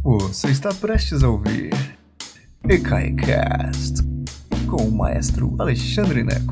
Você está prestes a ouvir EKAICAST com o maestro Alexandre Neco.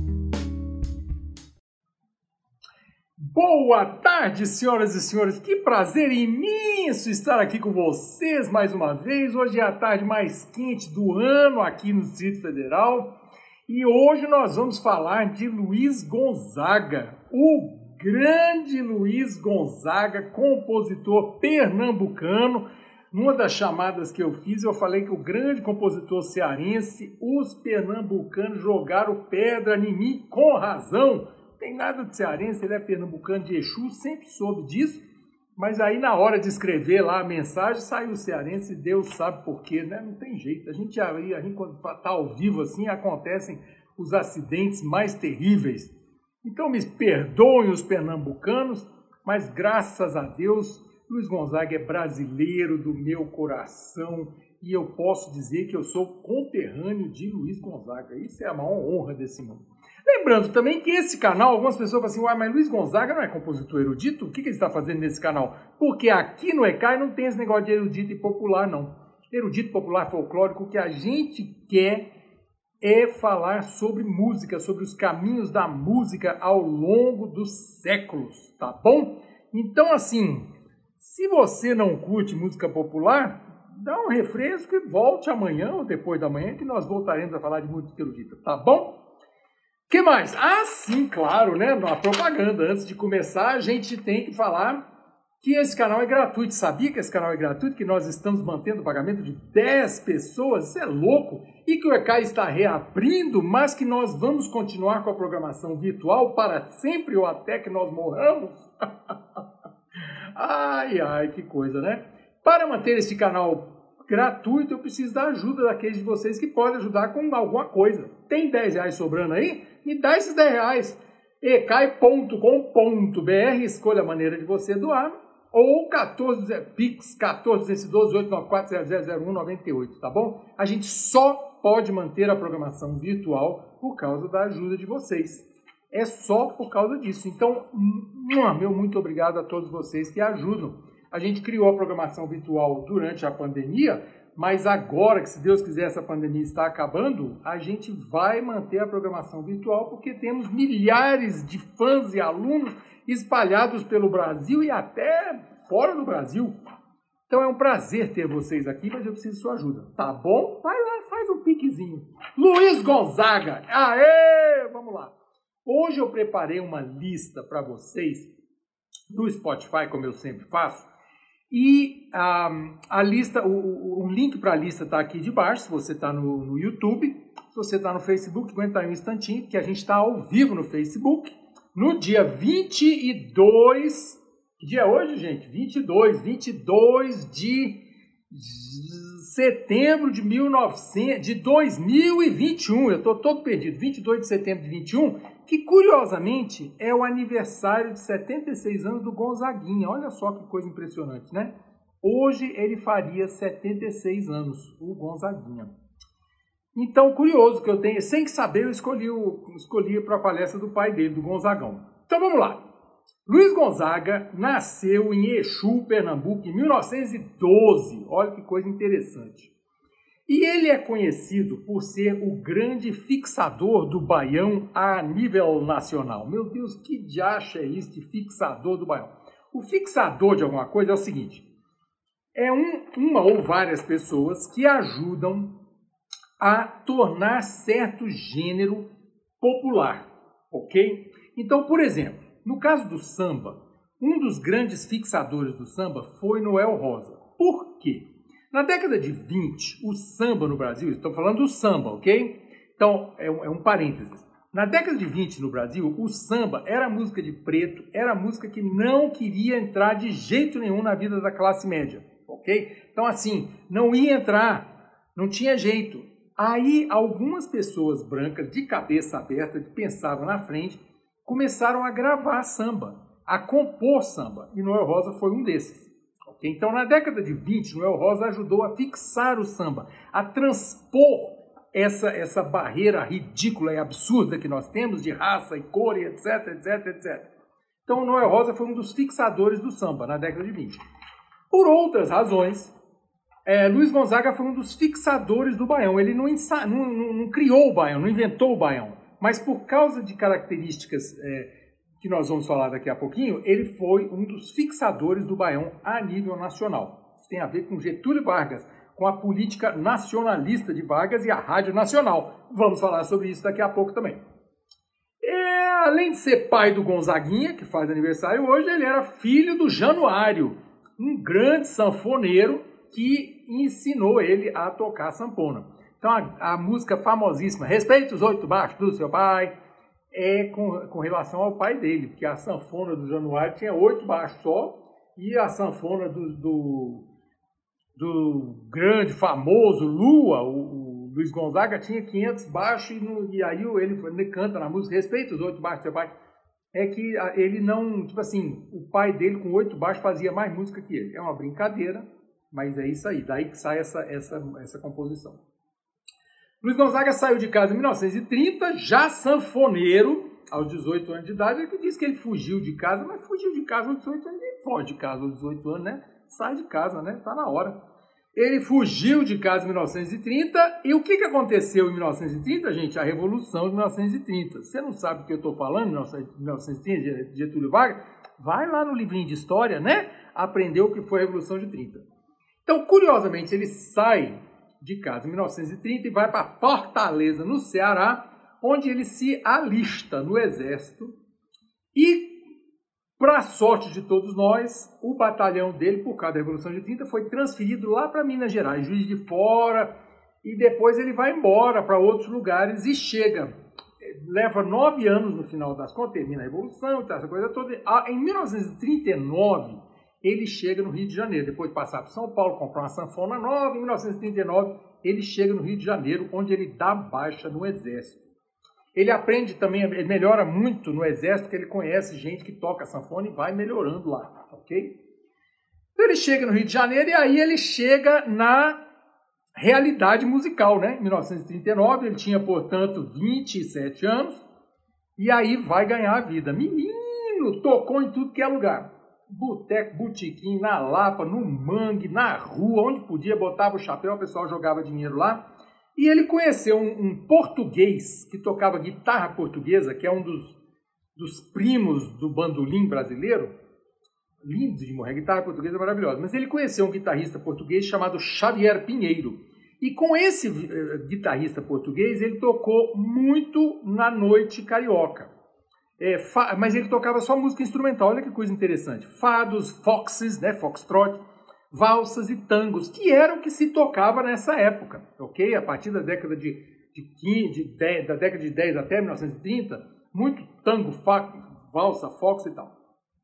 Boa tarde, senhoras e senhores. Que prazer imenso estar aqui com vocês mais uma vez. Hoje é a tarde mais quente do ano aqui no Distrito Federal. E hoje nós vamos falar de Luiz Gonzaga, o grande Luiz Gonzaga, compositor pernambucano. Numa das chamadas que eu fiz, eu falei que o grande compositor cearense, os pernambucanos jogaram pedra em mim com razão. Não tem nada de cearense, ele é pernambucano de Exu, sempre soube disso. Mas aí na hora de escrever lá a mensagem, saiu cearense, Deus sabe por quê, né? Não tem jeito. A gente quando está ao vivo assim, acontecem os acidentes mais terríveis. Então me perdoem os pernambucanos, mas graças a Deus, Luiz Gonzaga é brasileiro do meu coração e eu posso dizer que eu sou conterrâneo de Luiz Gonzaga. Isso é a maior honra desse mundo. Lembrando também que esse canal, algumas pessoas falam assim, uai, mas Luiz Gonzaga não é compositor erudito? O que ele está fazendo nesse canal? Porque aqui no ECAI não tem esse negócio de erudito e popular, não. Erudito, popular, folclórico, o que a gente quer é falar sobre música, sobre os caminhos da música ao longo dos séculos, tá bom? Então, assim, se você não curte música popular, dá um refresco e volte amanhã ou depois da manhã que nós voltaremos a falar de música erudita, tá bom? O que mais? Ah, sim, claro, né? Na propaganda, antes de começar, a gente tem que falar que esse canal é gratuito. Sabia que esse canal é gratuito? Que nós estamos mantendo o pagamento de 10 pessoas? Isso é louco! E que o ECAI está reabrindo, mas que nós vamos continuar com a programação virtual para sempre ou até que nós morramos? Ai, ai, que coisa, né? Para manter esse canal gratuito, eu preciso da ajuda daqueles de vocês que podem ajudar com alguma coisa. Tem 10 reais sobrando aí? Me dá esses 10 reais. ecai.com.br, escolha a maneira de você doar, ou Pix 14-212-894-000198, tá bom? A gente só pode manter a programação virtual por causa da ajuda de vocês. É só por causa disso. Então, meu muito obrigado a todos vocês que ajudam. A gente criou a programação virtual durante a pandemia, mas agora que, se Deus quiser, essa pandemia está acabando, a gente vai manter a programação virtual porque temos milhares de fãs e alunos espalhados pelo Brasil e até fora do Brasil. Então é um prazer ter vocês aqui, mas eu preciso de sua ajuda, tá bom? Vai lá, faz um piquezinho. Luiz Gonzaga, aê! Vamos lá. Hoje eu preparei uma lista para vocês no Spotify, como eu sempre faço, e a lista, o link para a lista está aqui debaixo, se você está no YouTube. Se você está no Facebook, aguenta aí um instantinho, porque a gente está ao vivo no Facebook, no dia 22, que dia é hoje, gente? 22 de setembro de 2021, eu estou todo perdido, 22 de setembro de 21, que curiosamente é o aniversário de 76 anos do Gonzaguinha. Olha só que coisa impressionante, né? Hoje ele faria 76 anos, o Gonzaguinha. Então, curioso que eu tenho, sem saber, eu escolhi para a palestra do pai dele, do Gonzagão. Então vamos lá. Luiz Gonzaga nasceu em Exu, Pernambuco, em 1912. Olha que coisa interessante. E ele é conhecido por ser o grande fixador do baião a nível nacional. Meu Deus, que diacho é isso de fixador do baião? O fixador de alguma coisa é o seguinte, é uma ou várias pessoas que ajudam a tornar certo gênero popular, ok? Então, por exemplo, no caso do samba, um dos grandes fixadores do samba foi Noel Rosa. Por quê? Na década de 20, o samba no Brasil, estou falando do samba, ok? Então, é um parênteses. Na década de 20 no Brasil, o samba era música de preto, era música que não queria entrar de jeito nenhum na vida da classe média, ok? Então, assim, não ia entrar, não tinha jeito. Aí, algumas pessoas brancas, de cabeça aberta, que pensavam na frente, começaram a gravar samba, a compor samba, e Noel Rosa foi um desses. Então, na década de 20, Noel Rosa ajudou a fixar o samba, a transpor essa barreira ridícula e absurda que nós temos de raça e cor e etc, etc, etc. Então, Noel Rosa foi um dos fixadores do samba na década de 20. Por outras razões, Luiz Gonzaga foi um dos fixadores do baião. Ele não criou o baião, não inventou o baião. Mas por causa de características que nós vamos falar daqui a pouquinho, ele foi um dos fixadores do baião a nível nacional. Isso tem a ver com Getúlio Vargas, com a política nacionalista de Vargas e a Rádio Nacional. Vamos falar sobre isso daqui a pouco também. Além de ser pai do Gonzaguinha, que faz aniversário hoje, ele era filho do Januário, um grande sanfoneiro que ensinou ele a tocar sanfona. Então a música famosíssima, Respeite os 8 baixos do seu pai, é com relação ao pai dele, porque a sanfona do Januário tinha 8 baixos só, e a sanfona do grande, famoso Lua, o Luiz Gonzaga, tinha 500 baixos, e aí ele canta na música Respeite os 8 baixos do seu pai. É que ele não, tipo assim, o pai dele com 8 baixos fazia mais música que ele. É uma brincadeira, mas é isso aí, daí que sai essa composição. Luiz Gonzaga saiu de casa em 1930, já sanfoneiro, aos 18 anos de idade. Ele diz que ele fugiu de casa, mas fugiu de casa aos 18 anos, ele foge de casa aos 18 anos, né? Sai de casa, né? Tá na hora. Ele fugiu de casa em 1930, e o que aconteceu em 1930, gente? A Revolução de 1930. Você não sabe o que eu estou falando, 1930, de Getúlio Vargas? Vai lá no livrinho de história, né? Aprender o que foi a Revolução de 30. Então, curiosamente, ele sai de casa em 1930 e vai para Fortaleza, no Ceará, onde ele se alista no Exército. E, para a sorte de todos nós, o batalhão dele, por causa da Revolução de 30, foi transferido lá para Minas Gerais, Juiz de Fora, e depois ele vai embora para outros lugares e chega. Leva 9 anos no final das contas, termina a Revolução, essa coisa toda. Em 1939, ele chega no Rio de Janeiro, depois de passar para São Paulo, comprar uma sanfona nova. Em 1939, ele chega no Rio de Janeiro, onde ele dá baixa no Exército. Ele aprende também, ele melhora muito no Exército, porque ele conhece gente que toca sanfona e vai melhorando lá, ok? Então ele chega no Rio de Janeiro e aí ele chega na realidade musical, né? Em 1939, ele tinha, portanto, 27 anos, e aí vai ganhar a vida. Menino, tocou em tudo que é lugar. Boteco, botiquim, na Lapa, no Mangue, na rua, onde podia, botava o chapéu, o pessoal jogava dinheiro lá. E ele conheceu um português que tocava guitarra portuguesa, que é um dos primos do bandolim brasileiro. Lindo de morrer, a guitarra portuguesa é maravilhosa. Mas ele conheceu um guitarrista português chamado Xavier Pinheiro. E com esse guitarrista português, ele tocou muito na noite carioca. Mas ele tocava só música instrumental, olha que coisa interessante. Fados, foxes, né, foxtrot, valsas e tangos, que era o que se tocava nessa época, ok? A partir da década da década de 10 até 1930, muito tango, valsa, fox e tal.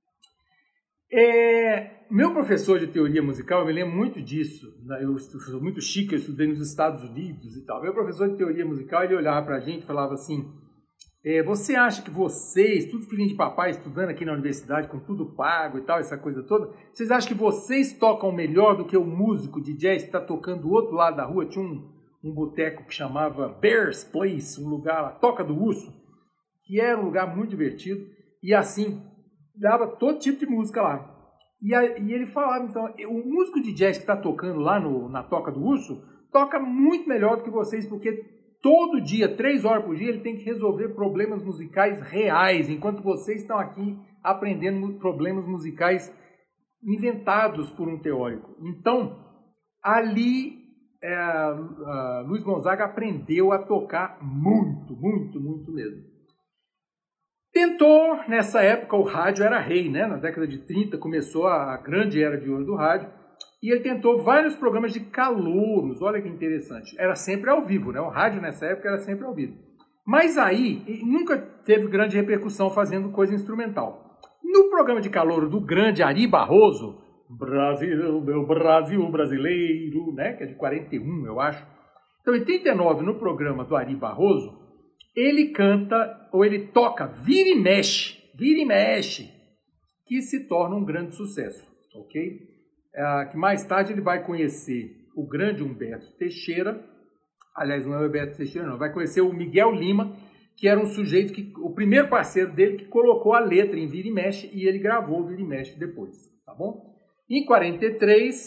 Meu professor de teoria musical, eu me lembro muito disso, né? Eu sou muito chique, eu estudei nos Estados Unidos e tal. Meu professor de teoria musical, ele olhava pra gente e falava assim: você acha que vocês, tudo filhinho de papai, estudando aqui na universidade, com tudo pago e tal, essa coisa toda, vocês acham que vocês tocam melhor do que o músico de jazz que está tocando do outro lado da rua? Tinha um boteco que chamava Bear's Place, um lugar, a Toca do Urso, que era um lugar muito divertido, e assim, dava todo tipo de música lá. E ele falava, então, o músico de jazz que está tocando lá na Toca do Urso, toca muito melhor do que vocês, porque todo dia, 3 horas por dia, ele tem que resolver problemas musicais reais, enquanto vocês estão aqui aprendendo problemas musicais inventados por um teórico. Então, ali, Luiz Gonzaga aprendeu a tocar muito, muito, muito mesmo. Tentou, nessa época, o rádio era rei, né? Na década de 30 começou a grande era de ouro do rádio, e ele tentou vários programas de calouros, olha que interessante. Era sempre ao vivo, né? O rádio nessa época era sempre ao vivo. Mas aí, nunca teve grande repercussão fazendo coisa instrumental. No programa de calouro do grande Ari Barroso, Brasil, meu Brasil brasileiro, né? Que é de 41, eu acho. Então, em 39, no programa do Ari Barroso, ele canta, ou ele toca Vira e Mexe, que se torna um grande sucesso, ok? Que mais tarde ele vai conhecer o grande Humberto Teixeira, aliás, não é o Humberto Teixeira não, vai conhecer o Miguel Lima, que era um sujeito, o primeiro parceiro dele que colocou a letra em Vira e Mexe, e ele gravou Vira e Mexe depois, tá bom? Em 43,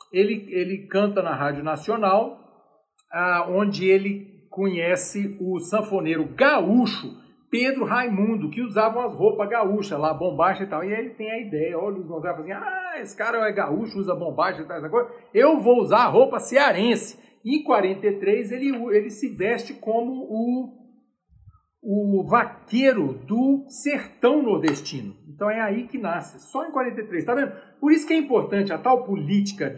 ele canta na Rádio Nacional, onde ele conhece o sanfoneiro gaúcho Pedro Raimundo, que usavam as roupas gaúchas lá, bombacha e tal. E aí ele tem a ideia, olha, o Luiz Gonzaga fala assim, esse cara é gaúcho, usa bombacha e tal, essa coisa. Eu vou usar a roupa cearense. Em 43 ele se veste como o vaqueiro do sertão nordestino. Então é aí que nasce, só em 43, tá vendo? Por isso que é importante a tal política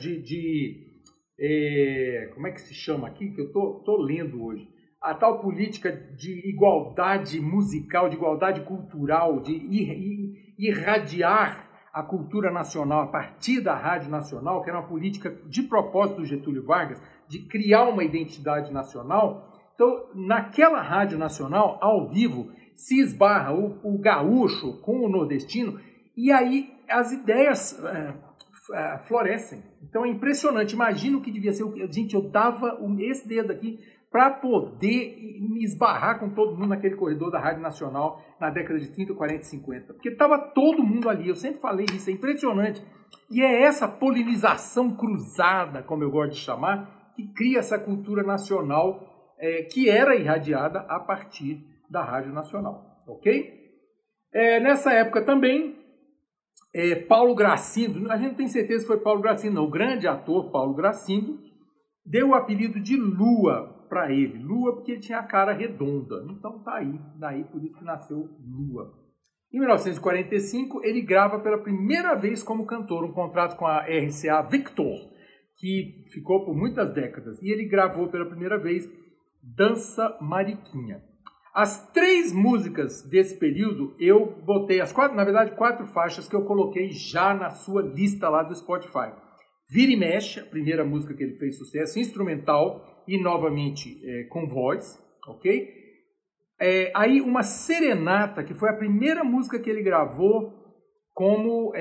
como é que se chama aqui, que eu tô lendo hoje, a tal política de igualdade musical, de igualdade cultural, de irradiar a cultura nacional a partir da Rádio Nacional, que era uma política de propósito do Getúlio Vargas, de criar uma identidade nacional. Então, naquela Rádio Nacional, ao vivo, se esbarra o gaúcho com o nordestino e aí as ideias florescem. Então, é impressionante. Imagina o que devia ser. Gente, eu dava esse dedo aqui para poder me esbarrar com todo mundo naquele corredor da Rádio Nacional na década de 30, 40 e 50. Porque estava todo mundo ali. Eu sempre falei isso, é impressionante. E é essa polinização cruzada, como eu gosto de chamar, que cria essa cultura nacional que era irradiada a partir da Rádio Nacional, ok? Nessa época também, Paulo Gracindo, a gente não tem certeza se foi Paulo Gracindo, não, o grande ator Paulo Gracindo deu o apelido de Lua para ele, Lua porque ele tinha a cara redonda, então tá aí, daí por isso que nasceu Lua. Em 1945, ele grava pela primeira vez como cantor um contrato com a RCA Victor, que ficou por muitas décadas, e ele gravou pela primeira vez Dança Mariquinha. As 3 músicas desse período, eu botei as 4, na verdade 4 faixas que eu coloquei já na sua lista lá do Spotify. Vira e Mexe, a primeira música que ele fez sucesso, instrumental e novamente com voz, ok? Aí uma Serenata, que foi a primeira música que ele gravou como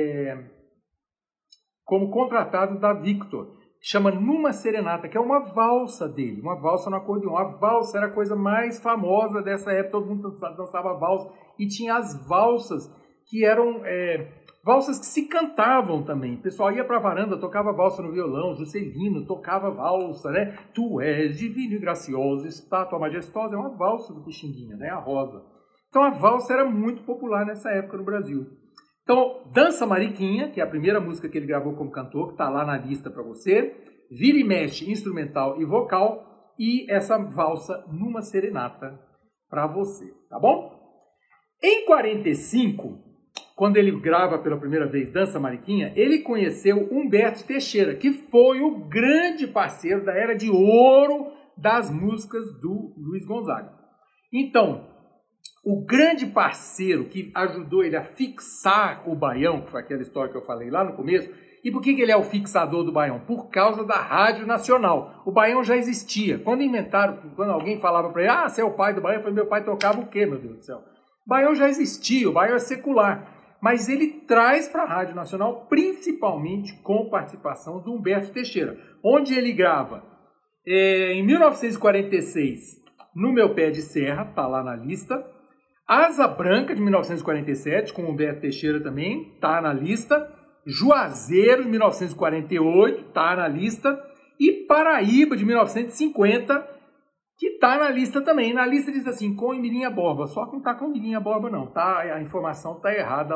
contratado da Victor. Chama Numa Serenata, que é uma valsa dele, uma valsa no acordeão. A valsa era a coisa mais famosa dessa época, todo mundo dançava valsa, e tinha as valsas, que eram valsas que se cantavam também. O pessoal ia para a varanda, tocava valsa no violão, Juscelino tocava valsa, né? Tu és divino e gracioso, estátua majestosa, é uma valsa do Pixinguinha, né? A Rosa. Então a valsa era muito popular nessa época no Brasil. Então, Dança Mariquinha, que é a primeira música que ele gravou como cantor, que está lá na lista para você. Vira e Mexe, instrumental e vocal. E essa valsa Numa Serenata para você, tá bom? Em 45, quando ele grava pela primeira vez Dança Mariquinha, ele conheceu Humberto Teixeira, que foi o grande parceiro da era de ouro das músicas do Luiz Gonzaga. Então, o grande parceiro que ajudou ele a fixar o baião, que foi aquela história que eu falei lá no começo, e por que ele é o fixador do baião? Por causa da Rádio Nacional. O baião já existia. Quando alguém falava para ele, você é o pai do baião, eu falei, meu pai tocava o quê, meu Deus do céu? O baião já existia, o baião é secular. Mas ele traz para a Rádio Nacional, principalmente com participação do Humberto Teixeira, onde ele grava em 1946, No Meu Pé de Serra, está lá na lista. Asa Branca, de 1947, com Humberto Teixeira também, está na lista. Juazeiro, de 1948, está na lista. E Paraíba, de 1950, que está na lista também. Na lista diz assim, com Emilinha Borba. Só que não está com Emilinha Borba, não. A informação está errada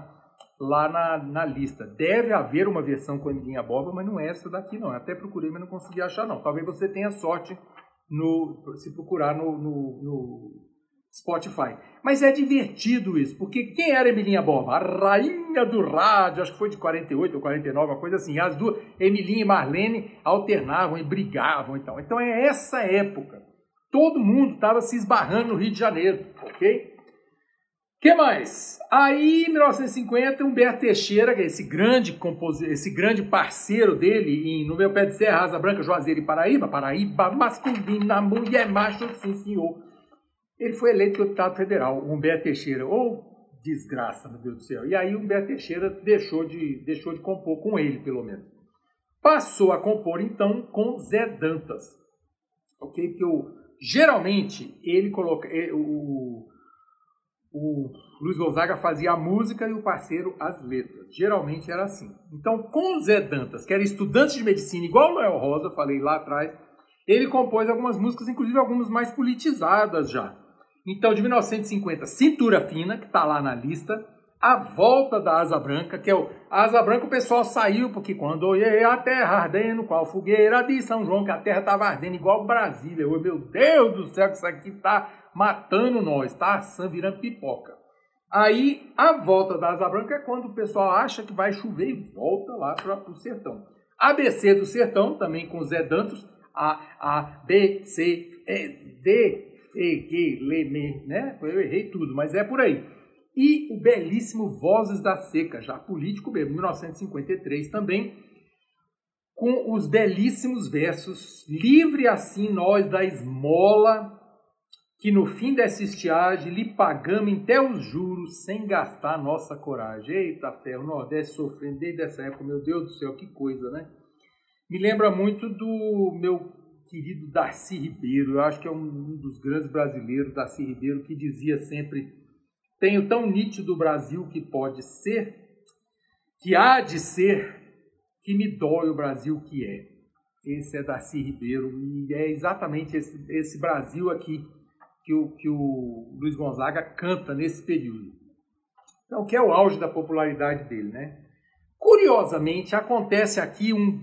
lá na lista. Deve haver uma versão com Emilinha Borba, mas não é essa daqui, não. Eu até procurei, mas não consegui achar, não. Talvez você tenha sorte se procurar no Spotify. Mas é divertido isso, porque quem era Emilinha Borba? A rainha do rádio, acho que foi de 48 ou 49, uma coisa assim. As duas, Emilinha e Marlene, alternavam e brigavam e tal. Então é essa época. Todo mundo estava se esbarrando no Rio de Janeiro, ok? Que mais? Aí, em 1950, Humberto Teixeira, que é esse grande parceiro dele No Meu Pé de Serra, Asa Branca, Juazeiro e Paraíba, masculina, mulher, macho, sim senhor. Ele foi eleito deputado federal, Humberto Teixeira. Desgraça, meu Deus do céu. E aí Humberto Teixeira deixou de compor com ele, pelo menos. Passou a compor, então, com Zé Dantas. Ok? Porque geralmente, ele coloca... O Luiz Gonzaga fazia a música e o parceiro as letras. Geralmente era assim. Então, com o Zé Dantas, que era estudante de medicina, igual o Noel Rosa, falei lá atrás, ele compôs algumas músicas, inclusive algumas mais politizadas já. Então, de 1950, Cintura Fina, que está lá na lista, A Volta da Asa Branca, que é o Asa Branca, o pessoal saiu, porque quando olhei a terra ardendo, qual fogueira de São João, que a terra estava ardendo igual Brasília. Eu, meu Deus do céu, que isso aqui está matando nós, tá virando pipoca. Aí, A Volta da Asa Branca é quando o pessoal acha que vai chover e volta lá para o sertão. ABC do Sertão, também com Zé Dantas, A, B, C, D, E, G, L, M, né? Eu errei tudo, mas é por aí. E o belíssimo Vozes da Seca, já político mesmo, 1953 também, com os belíssimos versos Livre assim nós da esmola, que no fim dessa estiagem lhe pagamos até os juros sem gastar nossa coragem. Eita ferro, o Nordeste sofrendo desde essa época, meu Deus do céu, que coisa, né? Me lembra muito do meu querido Darcy Ribeiro, eu acho que é um dos grandes brasileiros, Darcy Ribeiro, que dizia sempre: tenho tão nítido o Brasil que pode ser, que há de ser, que me dói o Brasil que é. Esse é Darcy Ribeiro, e é exatamente esse Brasil aqui que o Luiz Gonzaga canta nesse período. Então, que é o auge da popularidade dele, né? Curiosamente, acontece aqui um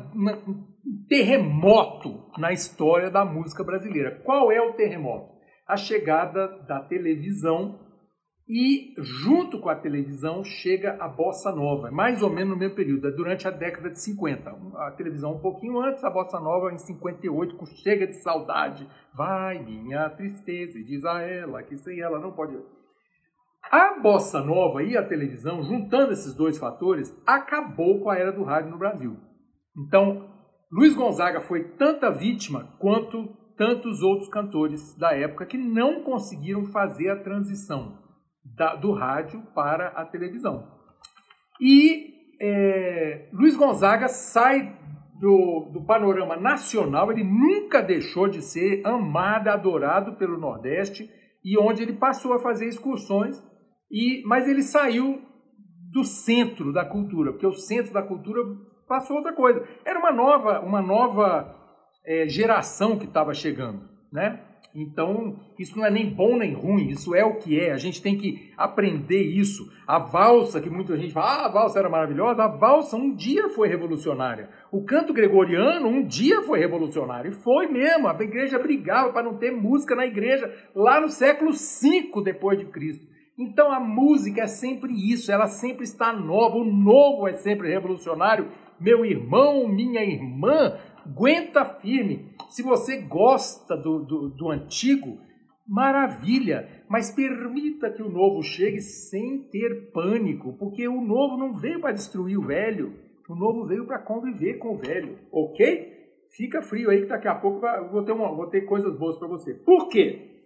terremoto na história da música brasileira. Qual é o terremoto? A chegada da televisão e, junto com a televisão, chega a Bossa Nova, mais ou menos no mesmo período, durante a década de 50. A televisão um pouquinho antes, a Bossa Nova em 58, com Chega de Saudade. Vai minha tristeza, e diz a ela que sem ela não pode... A Bossa Nova e a televisão, juntando esses dois fatores, acabou com a era do rádio no Brasil. Então, Luiz Gonzaga foi tanta vítima quanto tantos outros cantores da época que não conseguiram fazer a transição do rádio para a televisão. E Luiz Gonzaga sai do panorama nacional, ele nunca deixou de ser amado, adorado pelo Nordeste, e onde ele passou a fazer excursões, mas ele saiu do centro da cultura, porque o centro da cultura passou outra coisa. Era uma nova geração que estava chegando, né? Então, isso não é nem bom nem ruim, isso é o que é. A gente tem que aprender isso. A valsa, que muita gente fala, a valsa era maravilhosa, a valsa um dia foi revolucionária. O canto gregoriano um dia foi revolucionário. E foi mesmo, a igreja brigava para não ter música na igreja lá no século V depois de Cristo. Então, a música é sempre isso, ela sempre está nova, o novo é sempre revolucionário. Meu irmão, minha irmã, aguenta firme. Se você gosta do antigo, maravilha, mas permita que o novo chegue sem ter pânico, porque o novo não veio para destruir o velho, o novo veio para conviver com o velho, ok? Fica frio aí que daqui a pouco vou ter coisas boas para você. Por quê?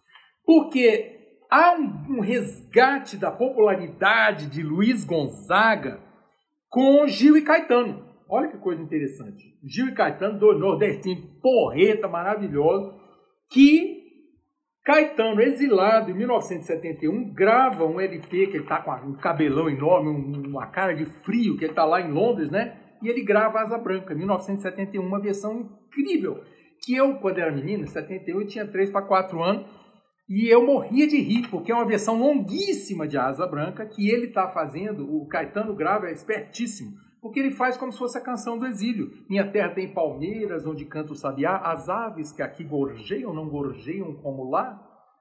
Porque há um resgate da popularidade de Luiz Gonzaga com Gil e Caetano. Olha que coisa interessante. Gil e Caetano, dois nordestinos, porreta, maravilhoso, que Caetano, exilado em 1971, grava um LP, que ele está com um cabelão enorme, uma cara de frio, que ele está lá em Londres, né? E ele grava Asa Branca, em 1971, uma versão incrível, que eu, quando era menino, em 71, eu tinha 3 para 4 anos, e eu morria de rir, porque é uma versão longuíssima de Asa Branca, que ele está fazendo, o Caetano grava, é espertíssimo, porque ele faz como se fosse a canção do exílio. Minha terra tem palmeiras, onde canta o sabiá, as aves que aqui gorjeiam, não gorjeiam como lá.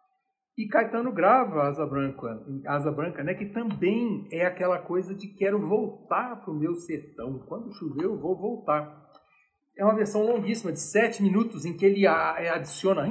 E Caetano grava Asa Branca, né, que também é aquela coisa de quero voltar para o meu sertão. Quando chover eu vou voltar. É uma versão longuíssima, de 7 minutos, em que ele adiciona...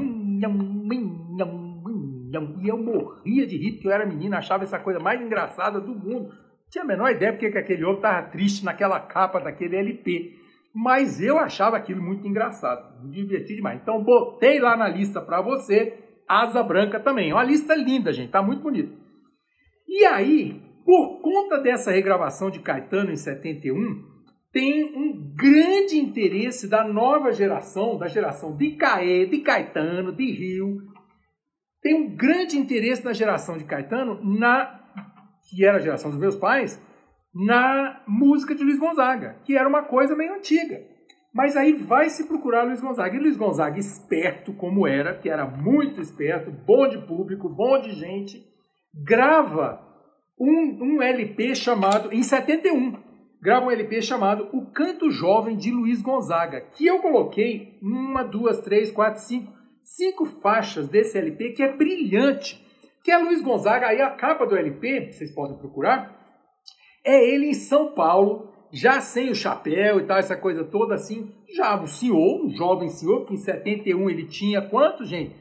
E eu morria de rir, porque eu era menino, achava essa coisa mais engraçada do mundo. Tinha a menor ideia porque que aquele homem estava triste naquela capa daquele LP. Mas eu achava aquilo muito engraçado, me diverti demais. Então botei lá na lista para você Asa Branca também. É uma lista linda, gente, tá muito bonito. E aí, por conta dessa regravação de Caetano em 71, tem um grande interesse da nova geração, da geração de Caetano, de Rio. Tem um grande interesse da geração de Caetano, que era a geração dos meus pais, na música de Luiz Gonzaga, que era uma coisa meio antiga. Mas aí vai se procurar Luiz Gonzaga. E Luiz Gonzaga, esperto como era, que era muito esperto, bom de público, bom de gente, grava um LP chamado, em 71, grava um LP chamado O Canto Jovem de Luiz Gonzaga, que eu coloquei 1, 2, 3, 4, 5 faixas desse LP, que é brilhante, que é Luiz Gonzaga. Aí a capa do LP, vocês podem procurar, é ele em São Paulo, já sem o chapéu e tal, essa coisa toda assim, já um senhor, um jovem senhor, que em 71 ele tinha quanto, gente?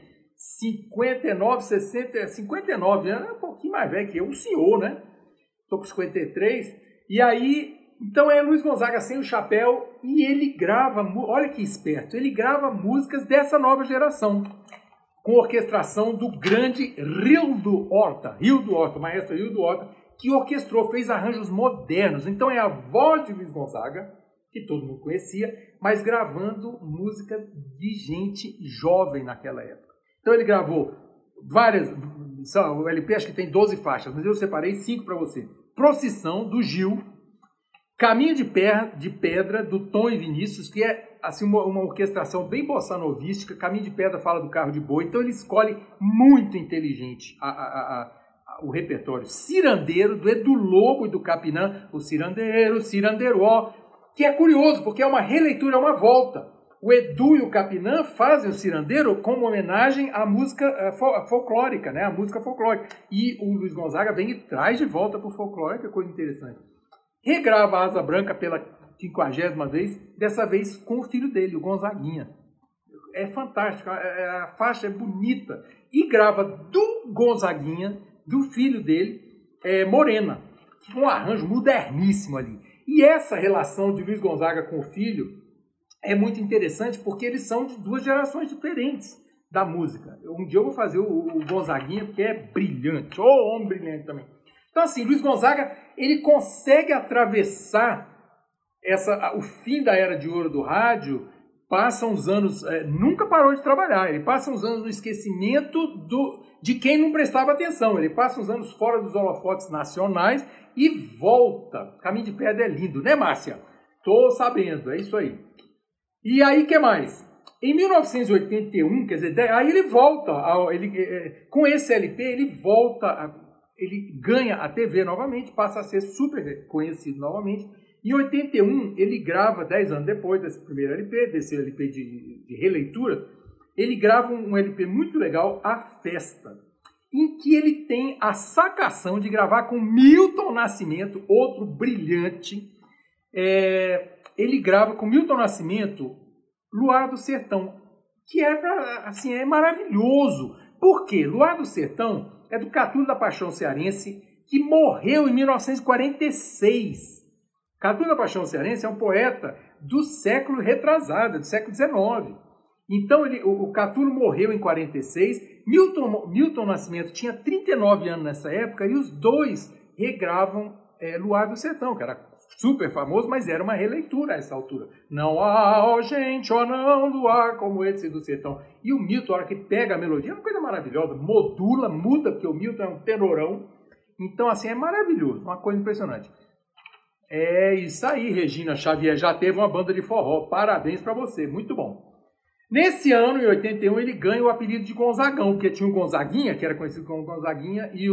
59, 60, 59 anos, é um pouquinho mais velho que eu, um senhor, né? Tô com 53, e aí, então é Luiz Gonzaga sem o chapéu, e ele grava, olha que esperto, ele grava músicas dessa nova geração, com orquestração do grande Rildo Horta, maestro Rildo Horta, que orquestrou, fez arranjos modernos. Então é a voz de Luiz Gonzaga, que todo mundo conhecia, mas gravando música de gente jovem naquela época. Então ele gravou várias, o LP acho que tem 12 faixas, mas eu separei 5 para você. Procissão, do Gil, Caminho de Pedra, do Tom e Vinícius, que é assim, uma orquestração bem bossa novística. Caminho de Pedra fala do carro de boi, então ele escolhe muito inteligente o repertório. Cirandeiro, do Edu Lobo e do Capinã, o Cirandeiro, ó, que é curioso, porque é uma releitura, é uma volta. O Edu e o Capinã fazem o Cirandeiro como homenagem à música folclórica, né? A música folclórica. E o Luiz Gonzaga vem e traz de volta para o folclore, que é coisa interessante. Regrava a Asa Branca pela 50ª vez, dessa vez com o filho dele, o Gonzaguinha. É fantástico, a faixa é bonita. E grava do Gonzaguinha, do filho dele, Morena, com um arranjo moderníssimo ali. E essa relação de Luiz Gonzaga com o filho é muito interessante, porque eles são de 2 gerações diferentes da música. Um dia eu vou fazer o Gonzaguinha, porque é brilhante, homem brilhante também. Então assim, Luiz Gonzaga, ele consegue atravessar o fim da era de ouro do rádio, passa uns anos, nunca parou de trabalhar, ele passa uns anos no esquecimento de quem não prestava atenção, ele passa uns anos fora dos holofotes nacionais e volta. Caminho de Pedra é lindo, né, Márcia? Tô sabendo, é isso aí. E aí, o que mais? Em 1981, quer dizer, aí ele volta, com esse LP, ele ganha a TV novamente, passa a ser super conhecido novamente. Em 81, ele grava, 10 anos depois desse primeiro LP, desse LP de releitura, ele grava um LP muito legal, A Festa, em que ele tem a sacação de gravar com Milton Nascimento, outro brilhante. Ele grava com Milton Nascimento Luar do Sertão, que é maravilhoso. Por quê? Luar do Sertão é do Catulo da Paixão Cearense, que morreu em 1906. Catulo da Paixão Cearense é um poeta do século retrasado, do século XIX. Então, o Catulo morreu em 46, Milton Nascimento tinha 39 anos nessa época, e os dois regravam Luar do Sertão, que era super famoso, mas era uma releitura a essa altura. Não há, ó gente, ó não, luar como esse do sertão. E o Milton, a hora que pega a melodia, é uma coisa maravilhosa, muda, porque o Milton é um tenorão. Então, assim, é maravilhoso, uma coisa impressionante. É isso aí, Regina Xavier, já teve uma banda de forró, parabéns para você, muito bom. Nesse ano, em 81, ele ganha o apelido de Gonzagão, porque tinha o Gonzaguinha, que era conhecido como Gonzaguinha, e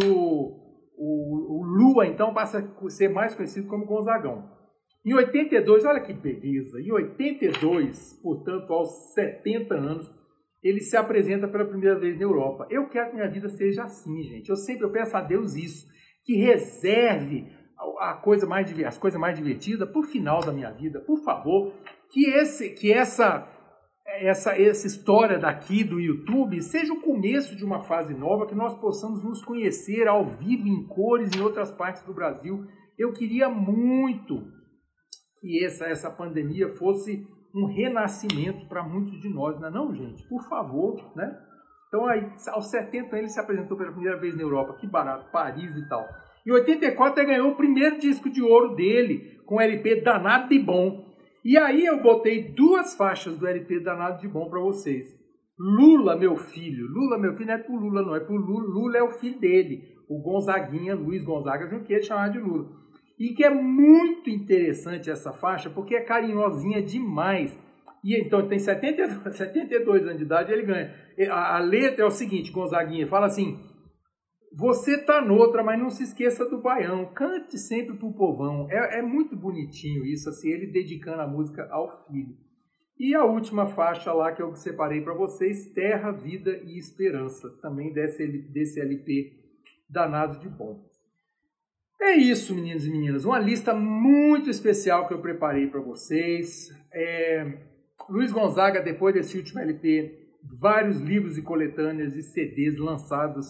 o Lua, então, passa a ser mais conhecido como Gonzagão. Em 82, olha que beleza, em 82, portanto, aos 70 anos, ele se apresenta pela primeira vez na Europa. Eu quero que minha vida seja assim, gente. Eu peço a Deus isso, que reserve as coisas mais divertidas para o final da minha vida, por favor, que essa história daqui do YouTube seja o começo de uma fase nova, que nós possamos nos conhecer ao vivo, em cores, em outras partes do Brasil. Eu queria muito que essa pandemia fosse um renascimento para muitos de nós, não é não, gente? Por favor, né? Então, aí, aos 70 ele se apresentou pela primeira vez na Europa, que barato, Paris e tal. Em 84 ele ganhou o primeiro disco de ouro dele, com o LP Danado de Bom. E aí eu botei 2 faixas do LP Danado de Bom para vocês. Lula, meu filho. Lula, meu filho, não é pro Lula, não. É pro Lula. Lula é o filho dele. O Gonzaguinha, Luiz Gonzaga Junqueira, chamado de Lula. e que é muito interessante essa faixa, porque é carinhosinha demais. E então tem 72 anos de idade, ele ganha. A letra é o seguinte, Gonzaguinha, fala assim: você tá noutra, mas não se esqueça do baião, cante sempre pro povão. É muito bonitinho isso, assim, ele dedicando a música ao filho. E a última faixa lá que eu separei para vocês, Terra, Vida e Esperança, também desse LP danado de bom. É isso, meninos e meninas, uma lista muito especial que eu preparei para vocês. Luiz Gonzaga, depois desse último LP, vários livros e coletâneas e CDs lançados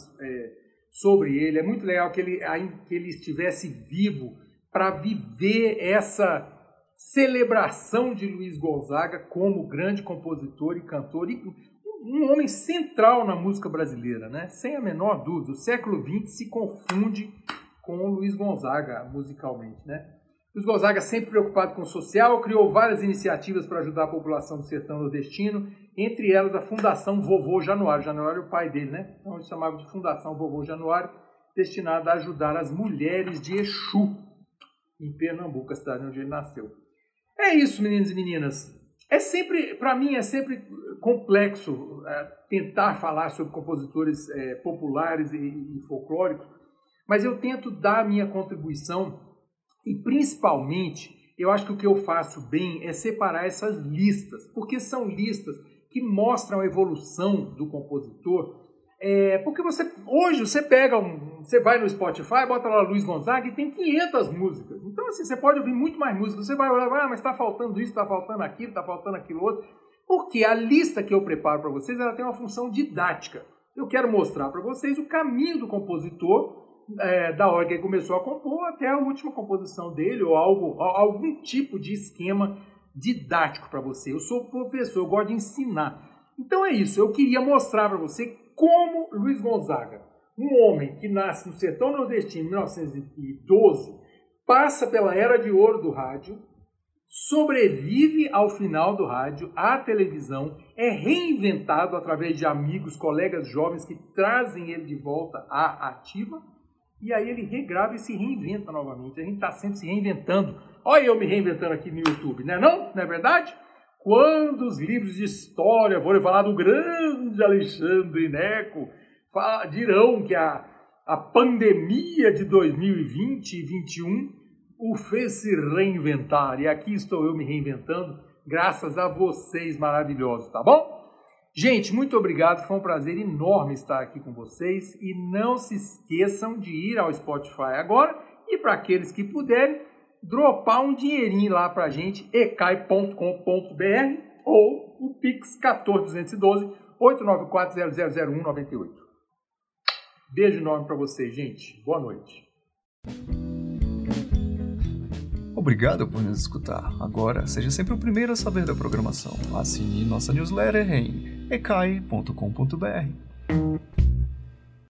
sobre ele. É muito legal que ele estivesse vivo para viver essa celebração de Luiz Gonzaga como grande compositor e cantor, e um homem central na música brasileira, né? Sem a menor dúvida. O século XX se confunde com o Luiz Gonzaga musicalmente, né? Luiz Gonzaga, sempre preocupado com o social, criou várias iniciativas para ajudar a população do sertão nordestino, entre elas a Fundação Vovô Januário. Januário é o pai dele, né? Então ele chamava de Fundação Vovô Januário, destinada a ajudar as mulheres de Exu, em Pernambuco, a cidade onde ele nasceu. É isso, meninos e meninas. Para mim é sempre complexo tentar falar sobre compositores populares e folclóricos, mas eu tento dar a minha contribuição. E, principalmente, eu acho que o que eu faço bem é separar essas listas, porque são listas que mostram a evolução do compositor. Porque hoje você você vai no Spotify, bota lá Luiz Gonzaga e tem 500 músicas. Então, assim, você pode ouvir muito mais músicas. Você vai olhar, mas está faltando isso, está faltando aquilo outro. Porque a lista que eu preparo para vocês, ela tem uma função didática. Eu quero mostrar para vocês o caminho do compositor, da hora que ele começou a compor até a última composição dele, ou algum tipo de esquema didático para você. Eu sou professor, eu gosto de ensinar. Então é isso, eu queria mostrar para você como Luiz Gonzaga, um homem que nasce no sertão nordestino em 1912, passa pela era de ouro do rádio, sobrevive ao final do rádio, à televisão, é reinventado através de amigos, colegas jovens que trazem ele de volta à ativa, e aí ele regrava e se reinventa novamente. A gente está sempre se reinventando. Olha eu me reinventando aqui no YouTube, não é não? Não é verdade? Quando os livros de história forem falar do grande Alexandre Neco, dirão que a pandemia de 2020 e 2021 o fez se reinventar. E aqui estou eu me reinventando, graças a vocês maravilhosos, tá bom? Gente, muito obrigado, foi um prazer enorme estar aqui com vocês. E não se esqueçam de ir ao Spotify agora e, para aqueles que puderem, dropar um dinheirinho lá pra gente, ecai.com.br ou o Pix 14212 894-000198. Beijo enorme para vocês, gente. Boa noite. Obrigado por nos escutar. Agora, seja sempre o primeiro a saber da programação. Assine nossa newsletter em ecai.com.br.